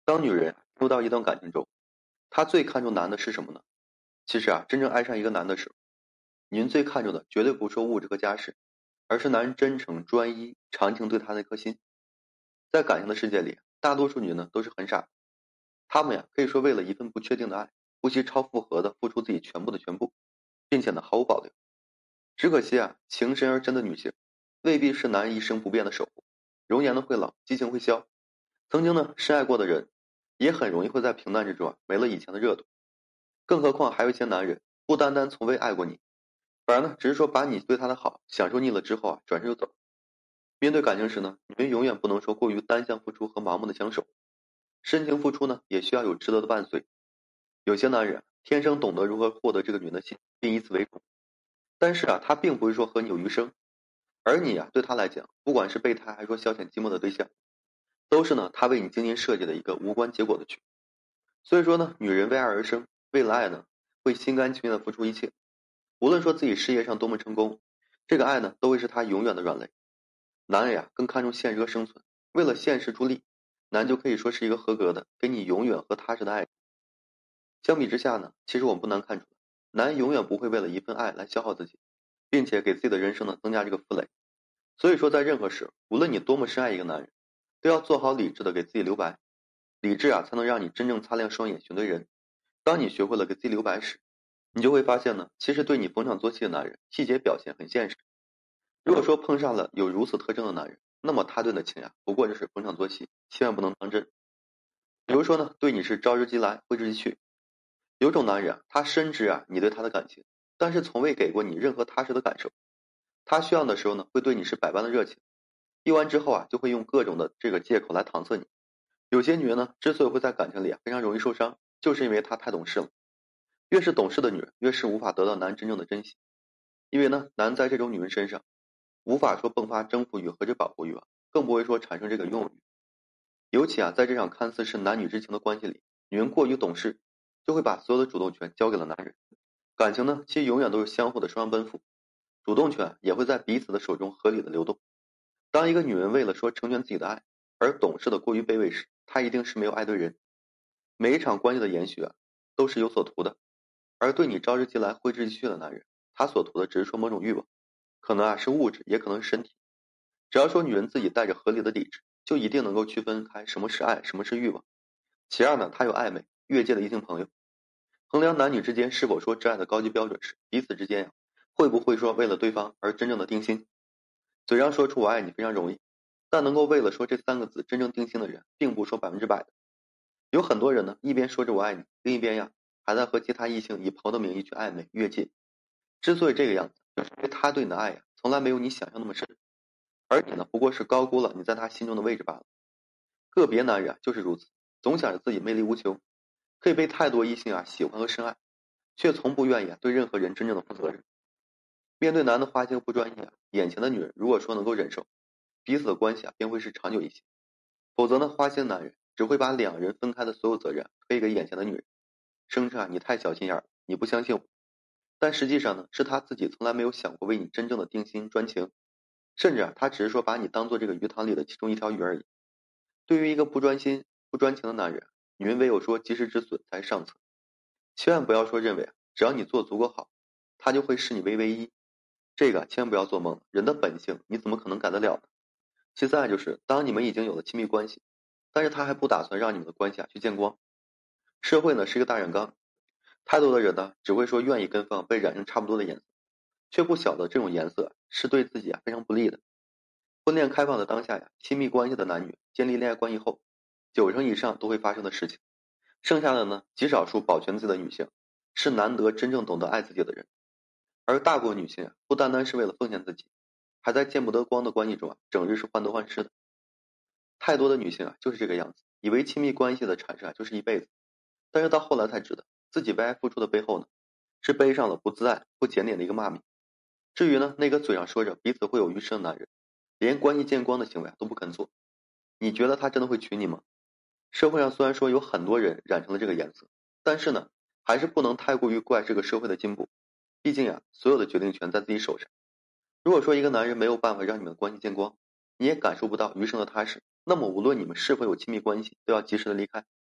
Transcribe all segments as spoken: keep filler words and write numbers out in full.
当女人进入到一段感情中，她最看重男的是什么呢？其实啊，真正爱上一个男的时候，女人最看重的绝对不是说物质和家世，而是男人真诚、专一、长情对她的一颗心。在感情的世界里，大多数女人呢都是很傻的，她们呀可以说为了一份不确定的爱，不惜超负荷的付出自己全部的全部，并且呢毫无保留。只可惜啊，情深而真的女性，未必是男人一生不变的守护，容颜呢会老，激情会消。曾经呢深爱过的人，也很容易会在平淡之中啊没了以前的热度。更何况还有一些男人，不单单从未爱过你，反而呢只是说把你对他的好享受腻了之后啊，转身就走。面对感情时呢，女人永远不能说过于单向付出和盲目的相守，深情付出呢也需要有值得的伴随。有些男人天生懂得如何获得这个女人的心，并以此为荣，但是啊，他并不是说和你有余生，而你啊对他来讲，不管是备胎还是说消遣寂寞的对象，都是呢他为你精心设计的一个无关结果的局。所以说呢，女人为爱而生，为了爱呢，会心甘情愿的付出一切，无论说自己事业上多么成功，这个爱呢，都会是他永远的软肋。男人呀，更看重现实和生存，为了现实出力，男就可以说是一个合格的，给你永远和踏实的爱。相比之下呢，其实我们不难看出来，男人永远不会为了一份爱来消耗自己，并且给自己的人生呢增加这个负累。所以说，在任何时，无论你多么深爱一个男人，都要做好理智的给自己留白。理智啊，才能让你真正擦亮双眼，选对人。当你学会了给自己留白时，你就会发现呢，其实对你逢场作戏的男人，细节表现很现实。如果说碰上了有如此特征的男人，那么他对你的情呀，不过就是逢场作戏，千万不能当真。比如说呢，对你是招之即来，挥之即去。有种男人啊，他深知啊你对他的感情，但是从未给过你任何踏实的感受。他需要的时候呢，会对你是百般的热情，用完之后啊，就会用各种的这个借口来搪塞你。有些女人呢，之所以会在感情里啊非常容易受伤，就是因为她太懂事了。越是懂事的女人，越是无法得到男人真正的珍惜。因为呢，男在这种女人身上，无法说迸发征服欲或者保护欲望，更不会说产生这个拥有欲。尤其啊，在这场看似是男女之情的关系里，女人过于懂事，就会把所有的主动权交给了男人。感情呢，其实永远都是相互的双向奔赴，主动权也会在彼此的手中合理的流动。当一个女人为了说成全自己的爱，而懂事的过于卑微时，她一定是没有爱对人。每一场关系的延续啊，都是有所图的。而对你招之即来挥之即去的男人，他所图的只是说某种欲望，可能啊是物质，也可能是身体。只要说女人自己带着合理的理智，就一定能够区分开什么是爱，什么是欲望。其二呢，他有暧昧越界的异性朋友。衡量男女之间是否说挚爱的高级标准是彼此之间呀、会不会说为了对方而真正的定心。嘴上说出我爱你非常容易，但能够为了说这三个字真正定心的人，并不说百分之百的。有很多人呢，一边说着我爱你，另一边呀还在和其他异性以朋友的名义去暧昧越界。之所以这个样子，就是因为他对你的爱呀，从来没有你想象那么深，而你呢，不过是高估了你在他心中的位置罢了。个别男人啊就是如此，总想着自己魅力无穷，可以被太多异性啊喜欢和深爱，却从不愿意啊对任何人真正的负责任。面对男的花心和不专一啊，眼前的女人如果说能够忍受，彼此的关系啊便会是长久一些。否则呢，花心男人只会把两人分开的所有责任推给眼前的女人，声称啊你太小心眼儿，你不相信我。但实际上呢，是他自己从来没有想过为你真正的定心专情，甚至啊，他只是说把你当做这个鱼塘里的其中一条鱼而已。对于一个不专心、不专情的男人，女人唯有说及时止损才是上策。千万不要说认为啊，只要你做足够好，他就会视你为唯一。这个千万不要做梦，人的本性你怎么可能改得了呢？其次啊，就是当你们已经有了亲密关系，但是他还不打算让你们的关系啊去见光。社会呢是一个大染缸，太多的人呢只会说愿意跟风被染成差不多的颜色，却不晓得这种颜色是对自己啊非常不利的。婚恋开放的当下呀，亲密关系的男女建立恋爱关系后，九成以上都会发生的事情。剩下的呢，极少数保全自己的女性，是难得真正懂得爱自己的人。而大部分女性啊，不单单是为了奉献自己，还在见不得光的关系中啊，整日是患得患失的。太多的女性啊，就是这个样子，以为亲密关系的产生啊就是一辈子，但是到后来才知道，自己为爱付出的背后呢，是背上了不自爱、不检点的一个骂名。至于呢，那个嘴上说着彼此会有余生的男人，连关系见光的行为啊都不肯做，你觉得他真的会娶你吗？社会上虽然说有很多人染成了这个颜色，但是呢，还是不能太过于怪这个社会的进步。毕竟啊，所有的决定权在自己手上。如果说一个男人没有办法让你们的关系见光，你也感受不到余生的踏实，那么无论你们是否有亲密关系，都要及时的离开。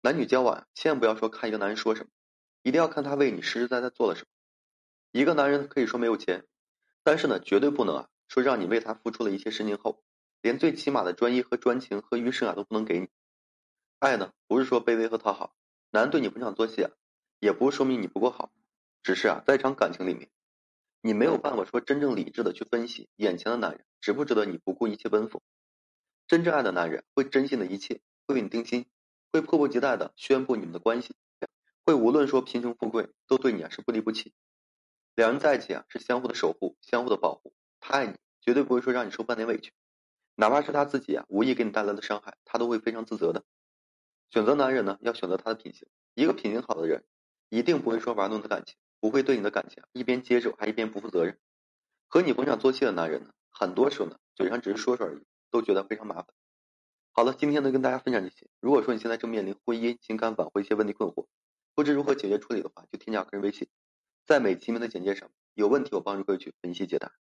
男女交往啊，千万不要说看一个男人说什么，一定要看他为你实实在在做了什么。一个男人可以说没有钱，但是呢，绝对不能啊说让你为他付出了一切十年后，连最起码的专一和专情和余生啊都不能给你。爱呢，不是说卑微和讨好，男人对你逢场作戏啊，也不是说明你不够好，只是啊，在一场感情里面，你没有办法说真正理智的去分析眼前的男人值不值得你不顾一切奔赴。真正爱的男人会真心的一切，会为你定心，会迫不及待的宣布你们的关系，会无论说贫穷富贵都对你啊是不离不弃。两人在一起啊是相互的守护，相互的保护。他爱你，绝对不会说让你受半点委屈，哪怕是他自己啊无意给你带来的伤害，他都会非常自责的。选择男人呢，要选择他的品行。一个品行好的人，一定不会说玩弄你的感情，不会对你的感情一边接受还一边不负责任。和你逢场作戏的男人呢，很多时候呢嘴上只是说说而已，都觉得非常麻烦。好了，今天呢跟大家分享这些。如果说你现在正面临婚姻、情感挽回一些问题困惑，不知如何解决处理的话，就添加个人微信，在每期名的简介上，有问题我帮助各位去分析解答。